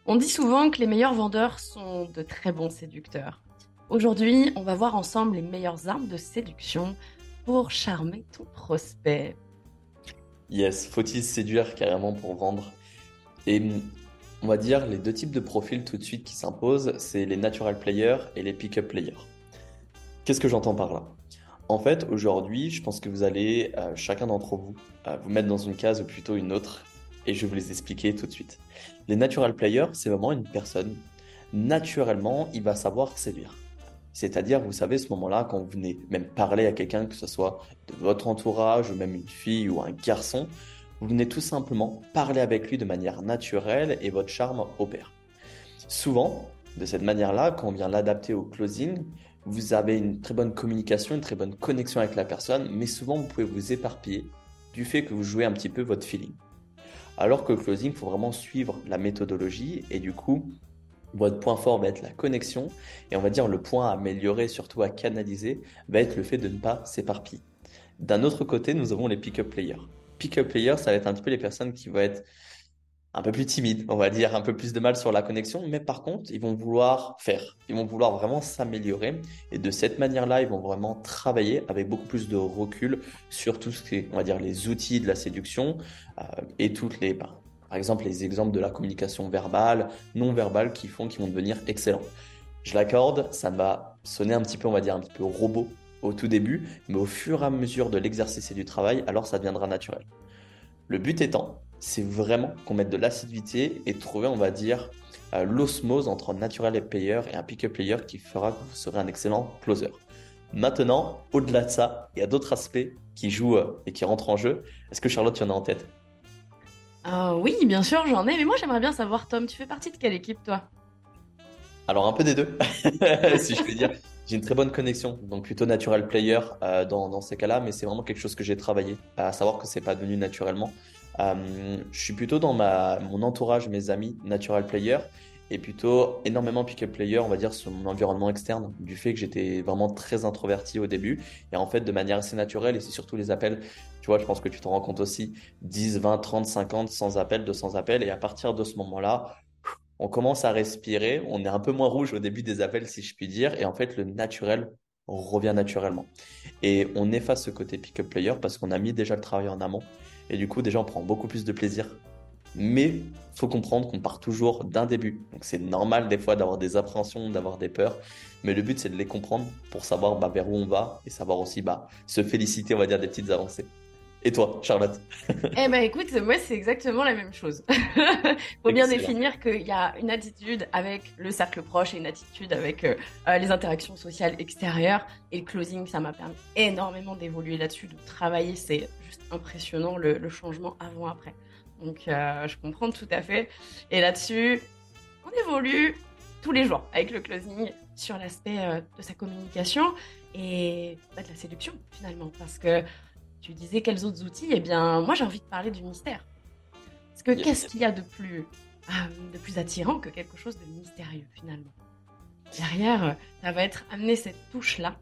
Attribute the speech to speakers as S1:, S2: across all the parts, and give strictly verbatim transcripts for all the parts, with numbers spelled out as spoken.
S1: On dit souvent que les meilleurs vendeurs sont de très bons séducteurs. Aujourd'hui, on va voir ensemble les meilleures armes de séduction pour charmer ton prospect.
S2: Yes, faut-il séduire carrément pour vendre? Et hum, on va dire les deux types de profils tout de suite qui s'imposent, c'est les natural players et les pick-up players. Qu'est-ce que j'entends par là? En fait, aujourd'hui, je pense que vous allez, euh, chacun d'entre vous, euh, vous mettre dans une case ou plutôt une autre, et je vais vous les expliquer tout de suite. Les natural players, c'est vraiment une personne, naturellement, il va savoir séduire. C'est-à-dire, vous savez, ce moment-là, quand vous venez même parler à quelqu'un, que ce soit de votre entourage, ou même une fille ou un garçon, vous venez tout simplement parler avec lui de manière naturelle et votre charme opère. Souvent, de cette manière-là, quand on vient l'adapter au closing, vous avez une très bonne communication, une très bonne connexion avec la personne, mais souvent vous pouvez vous éparpiller du fait que vous jouez un petit peu votre feeling. Alors que le closing, il faut vraiment suivre la méthodologie et du coup, votre point fort va être la connexion et on va dire le point à améliorer, surtout à canaliser, va être le fait de ne pas s'éparpiller. D'un autre côté, nous avons les pick-up players. Pick-up players, ça va être un petit peu les personnes qui vont être un peu plus timides, on va dire, un peu plus de mal sur la connexion, mais par contre, ils vont vouloir faire, ils vont vouloir vraiment s'améliorer et de cette manière-là, ils vont vraiment travailler avec beaucoup plus de recul sur tout ce qui est, on va dire, les outils de la séduction euh, et toutes les, bah, par exemple, les exemples de la communication verbale, non verbale qui font qu'ils vont devenir excellents. Je l'accorde, ça va sonner un petit peu, on va dire, un petit peu robot au tout début, mais au fur et à mesure de l'exercice et du travail, alors ça deviendra naturel. Le but étant, c'est vraiment qu'on mette de l'assiduité et trouver, on va dire, euh, l'osmose entre un naturel player et un pick-up player qui fera que vous serez un excellent closer. Maintenant, au-delà de ça, il y a d'autres aspects qui jouent euh, et qui rentrent en jeu. Est-ce que Charlotte, tu en as en tête?
S1: Ah oui, bien sûr, j'en ai, mais moi j'aimerais bien savoir, Tom, tu fais partie de quelle équipe, toi?
S2: Alors, un peu des deux, si je peux dire. J'ai une très bonne connexion, donc plutôt natural player euh, dans, dans ces cas-là, mais c'est vraiment quelque chose que j'ai travaillé, à savoir que c'est pas venu naturellement. Euh, je suis plutôt dans ma, mon entourage, mes amis, natural player, et plutôt énormément pick-up player, on va dire, sur mon environnement externe, du fait que j'étais vraiment très introverti au début, et en fait, de manière assez naturelle, et c'est surtout les appels, tu vois, je pense que tu t'en rends compte aussi, dix, vingt, trente, cinquante, sans appels, deux cents appels, et à partir de ce moment-là, on commence à respirer, on est un peu moins rouge au début des appels si je puis dire, et en fait le naturel revient naturellement. Et on efface ce côté pick-up player parce qu'on a mis déjà le travail en amont, et du coup déjà on prend beaucoup plus de plaisir. Mais faut comprendre qu'on part toujours d'un début, donc c'est normal des fois d'avoir des appréhensions, d'avoir des peurs, mais le but c'est de les comprendre pour savoir bah, vers où on va et savoir aussi bah, se féliciter, on va dire, des petites avancées. Et toi, Charlotte?
S1: Eh ben écoute, moi c'est exactement la même chose. Faut bien
S2: Excellent.
S1: définir qu'il y a une attitude avec le cercle proche et une attitude avec euh, euh, les interactions sociales extérieures. Et le closing, ça m'a permis énormément d'évoluer là-dessus, de travailler. C'est juste impressionnant le, le changement avant-après. Donc euh, je comprends tout à fait. Et là-dessus, on évolue tous les jours avec le closing sur l'aspect euh, de sa communication et bah, de la séduction finalement. Parce que tu disais quels autres outils? Eh bien, moi j'ai envie de parler du mystère. Parce que
S2: Yes.
S1: qu'est-ce qu'il y a de plus, euh, de plus attirant que quelque chose de mystérieux finalement? Derrière, euh, ça va être amener cette touche-là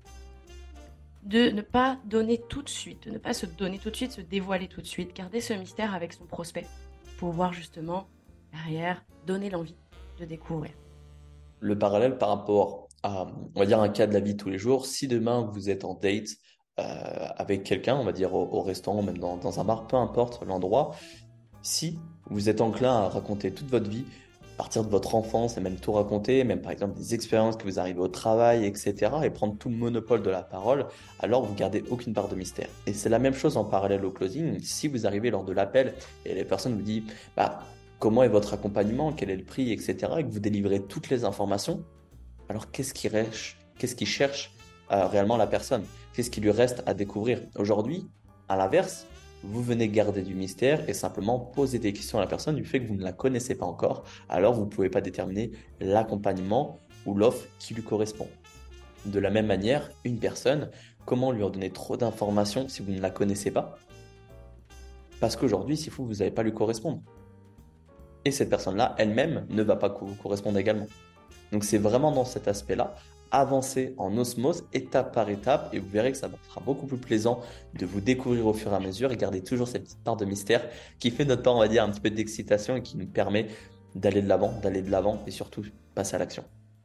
S1: de ne pas donner tout de suite, de ne pas se donner tout de suite, se dévoiler tout de suite, garder ce mystère avec son prospect, pour pouvoir justement, derrière, donner l'envie de découvrir.
S2: Le parallèle par rapport à, on va dire, un cas de la vie de tous les jours, si demain vous êtes en date euh, avec quelqu'un, on va dire au, au restaurant, même dans, dans un bar, peu importe l'endroit, si vous êtes enclin à raconter toute votre vie, à partir de votre enfance et même tout raconter, même par exemple des expériences que vous arrivez au travail, et cetera, et prendre tout le monopole de la parole, alors vous gardez aucune part de mystère. Et c'est la même chose en parallèle au closing. Si vous arrivez lors de l'appel et les personnes vous disent, bah, comment est votre accompagnement, quel est le prix, et cetera, et que vous délivrez toutes les informations, alors qu'est-ce qui reste, qu'est-ce qui cherche euh, réellement la personne? Qu'est-ce qui lui reste à découvrir? Aujourd'hui, à l'inverse, vous venez garder du mystère et simplement poser des questions à la personne du fait que vous ne la connaissez pas encore, alors vous ne pouvez pas déterminer l'accompagnement ou l'offre qui lui correspond. De la même manière, une personne, comment lui en donner trop d'informations si vous ne la connaissez pas? Parce qu'aujourd'hui, s'il faut, vous n'allez pas lui correspondre. Et cette personne-là, elle-même, ne va pas co- correspondre également. Donc c'est vraiment dans cet aspect-là, avancer en osmose étape par étape et vous verrez que ça sera beaucoup plus plaisant de vous découvrir au fur et à mesure et garder toujours cette petite part de mystère qui fait notre part, on va dire, un petit peu d'excitation et qui nous permet d'aller de l'avant, d'aller de l'avant et surtout passer à l'action.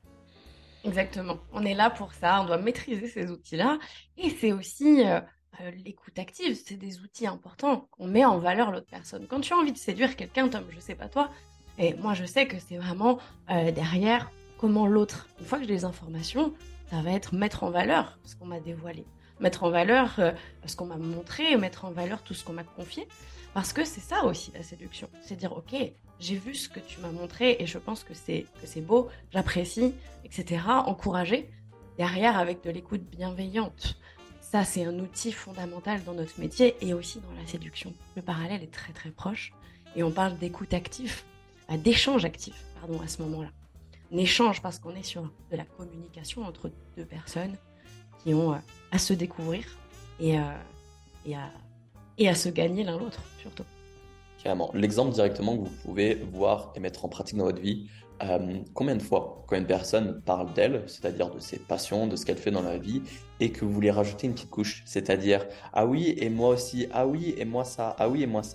S1: Exactement. On est là pour ça. On doit maîtriser ces outils-là. Et c'est aussi euh, euh, l'écoute active. C'est des outils importants qu'on met en valeur l'autre personne. Quand tu as envie de séduire quelqu'un, Tom, je sais pas toi, et moi je sais que c'est vraiment euh, derrière comment l'autre, une fois que j'ai des informations, ça va être mettre en valeur ce qu'on m'a dévoilé. Mettre en valeur euh, ce qu'on m'a montré, mettre en valeur tout ce qu'on m'a confié. Parce que c'est ça aussi la séduction. C'est dire, ok, j'ai vu ce que tu m'as montré et je pense que c'est que c'est beau, j'apprécie, et cetera. Encourager derrière avec de l'écoute bienveillante. Ça, c'est un outil fondamental dans notre métier et aussi dans la séduction. Le parallèle est très très proche et on parle d'écoute actif, euh, d'échange actif, pardon, à ce moment-là. Un échange parce qu'on est sur de la communication entre deux personnes qui ont euh, à se découvrir et, euh, et, à, et à se gagner l'un l'autre, surtout.
S2: Carrément. L'exemple directement que vous pouvez voir et mettre en pratique dans votre vie, euh, combien de fois, quand une personne parle d'elle, c'est-à-dire de ses passions, de ce qu'elle fait dans la vie, et que vous voulez rajouter une petite couche, c'est-à-dire ah oui, et moi aussi, ah oui, et moi ça, ah oui, et moi ça.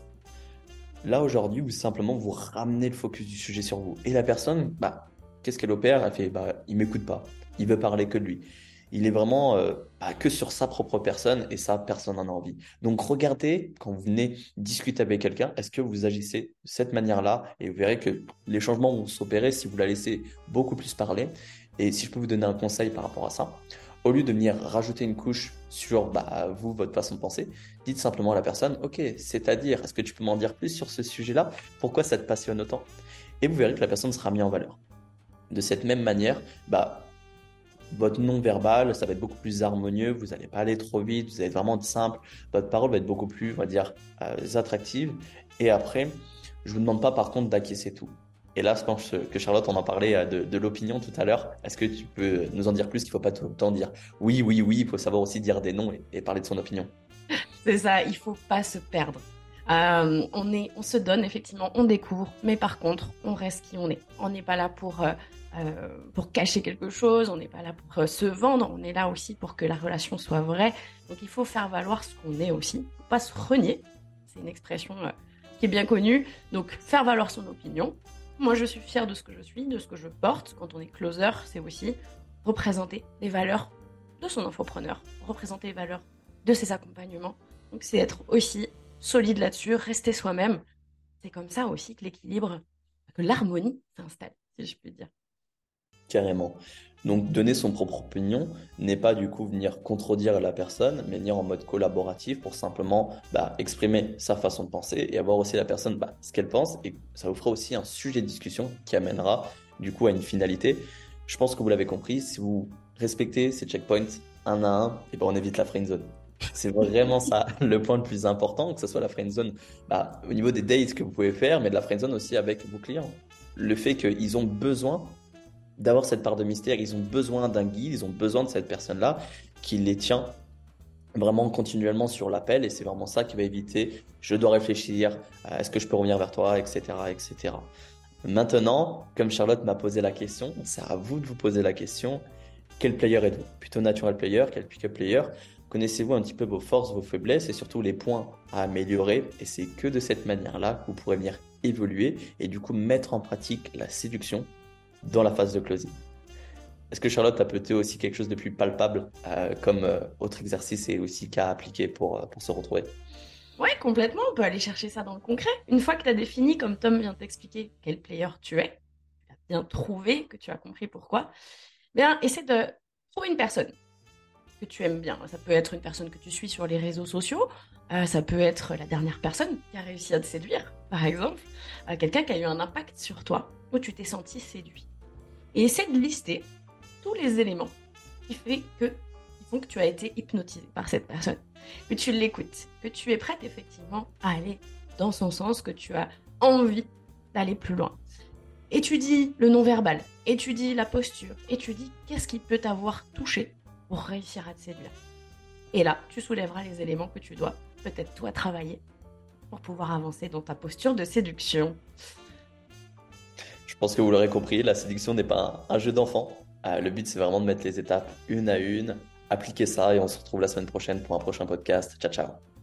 S2: Là, aujourd'hui, vous simplement vous ramenez le focus du sujet sur vous. Et la personne, bah, qu'est-ce qu'elle opère? Elle fait, bah, il m'écoute pas. Il veut parler que de lui. Il est vraiment euh, bah, que sur sa propre personne et ça, personne n'en a envie. Donc, regardez quand vous venez discuter avec quelqu'un, est-ce que vous agissez de cette manière-là? Et vous verrez que les changements vont s'opérer si vous la laissez beaucoup plus parler. Et si je peux vous donner un conseil par rapport à ça, au lieu de venir rajouter une couche sur bah, vous, votre façon de penser, dites simplement à la personne, ok, c'est-à-dire, est-ce que tu peux m'en dire plus sur ce sujet-là? Pourquoi ça te passionne autant? Et vous verrez que la personne sera mise en valeur. De cette même manière, bah, votre non-verbal, ça va être beaucoup plus harmonieux, vous n'allez pas aller trop vite, vous allez être vraiment simple, votre parole va être beaucoup plus, on va dire, euh, attractive. Et après, je ne vous demande pas par contre d'acquiescer tout. Et là, je pense que Charlotte, on en parlait de, de l'opinion tout à l'heure. Est-ce que tu peux nous en dire plus qu'il ne faut pas tout le temps dire oui, oui, oui, il faut savoir aussi dire des non et, et parler de son opinion.
S1: C'est ça, il faut pas se perdre. Euh, on, est, on se donne effectivement, on découvre, mais par contre, on reste qui on est. On n'est pas là pour, euh, euh, pour cacher quelque chose, on n'est pas là pour euh, se vendre, on est là aussi pour que la relation soit vraie. Donc il faut faire valoir ce qu'on est aussi, faut pas se renier. C'est une expression euh, qui est bien connue. Donc faire valoir son opinion. Moi, je suis fière de ce que je suis, de ce que je porte. Quand on est closer, c'est aussi représenter les valeurs de son infopreneur, représenter les valeurs de ses accompagnements. Donc c'est être aussi solide là-dessus, rester soi-même. C'est comme ça aussi que l'équilibre, que l'harmonie s'installe, si je puis dire.
S2: Carrément. Donc, donner son propre opinion n'est pas du coup venir contredire la personne, mais venir en mode collaboratif pour simplement bah, exprimer sa façon de penser et avoir aussi la personne bah, ce qu'elle pense. Et ça vous fera aussi un sujet de discussion qui amènera du coup à une finalité. Je pense que vous l'avez compris, si vous respectez ces checkpoints un à un, et ben on évite la friend zone. C'est vraiment ça le point le plus important, que ce soit la friend zone bah, au niveau des dates que vous pouvez faire, mais de la friend zone aussi avec vos clients. Le fait qu'ils ont besoin d'avoir cette part de mystère, ils ont besoin d'un guide, ils ont besoin de cette personne-là qui les tient vraiment continuellement sur l'appel et c'est vraiment ça qui va éviter, je dois réfléchir, euh, est-ce que je peux revenir vers toi, et cetera, et cetera. Maintenant, comme Charlotte m'a posé la question, c'est à vous de vous poser la question, quel player êtes-vous? Plutôt natural player, quel pick-up player? Connaissez-vous un petit peu vos forces, vos faiblesses et surtout les points à améliorer? Et c'est que de cette manière-là que vous pourrez venir évoluer et du coup mettre en pratique la séduction dans la phase de closing. Est-ce que Charlotte a peut-être aussi quelque chose de plus palpable euh, comme euh, autre exercice et aussi qu'à appliquer pour, euh, pour se retrouver?
S1: Ouais, complètement, on peut aller chercher ça dans le concret. Une fois que tu as défini, comme Tom vient t'expliquer, quel player tu es, tu as bien trouvé, que tu as compris pourquoi, bien, essaie de trouver une personne que tu aimes bien. Ça peut être une personne que tu suis sur les réseaux sociaux, euh, ça peut être la dernière personne qui a réussi à te séduire, par exemple, euh, quelqu'un qui a eu un impact sur toi, où tu t'es senti séduit. Et essaie de lister tous les éléments qui, fait que, qui font que tu as été hypnotisé par cette personne, que tu l'écoutes, que tu es prête effectivement à aller dans son sens, que tu as envie d'aller plus loin. Étudie le non-verbal, étudie la posture, étudie qu'est-ce qui peut t'avoir touché pour réussir à te séduire. Et là, tu soulèveras les éléments que tu dois peut-être toi travailler pour pouvoir avancer dans ta posture de séduction.
S2: Je pense que vous l'aurez compris, la séduction n'est pas un, un jeu d'enfant. Euh, le but, c'est vraiment de mettre les étapes une à une, appliquer ça et on se retrouve la semaine prochaine pour un prochain podcast. Ciao, ciao.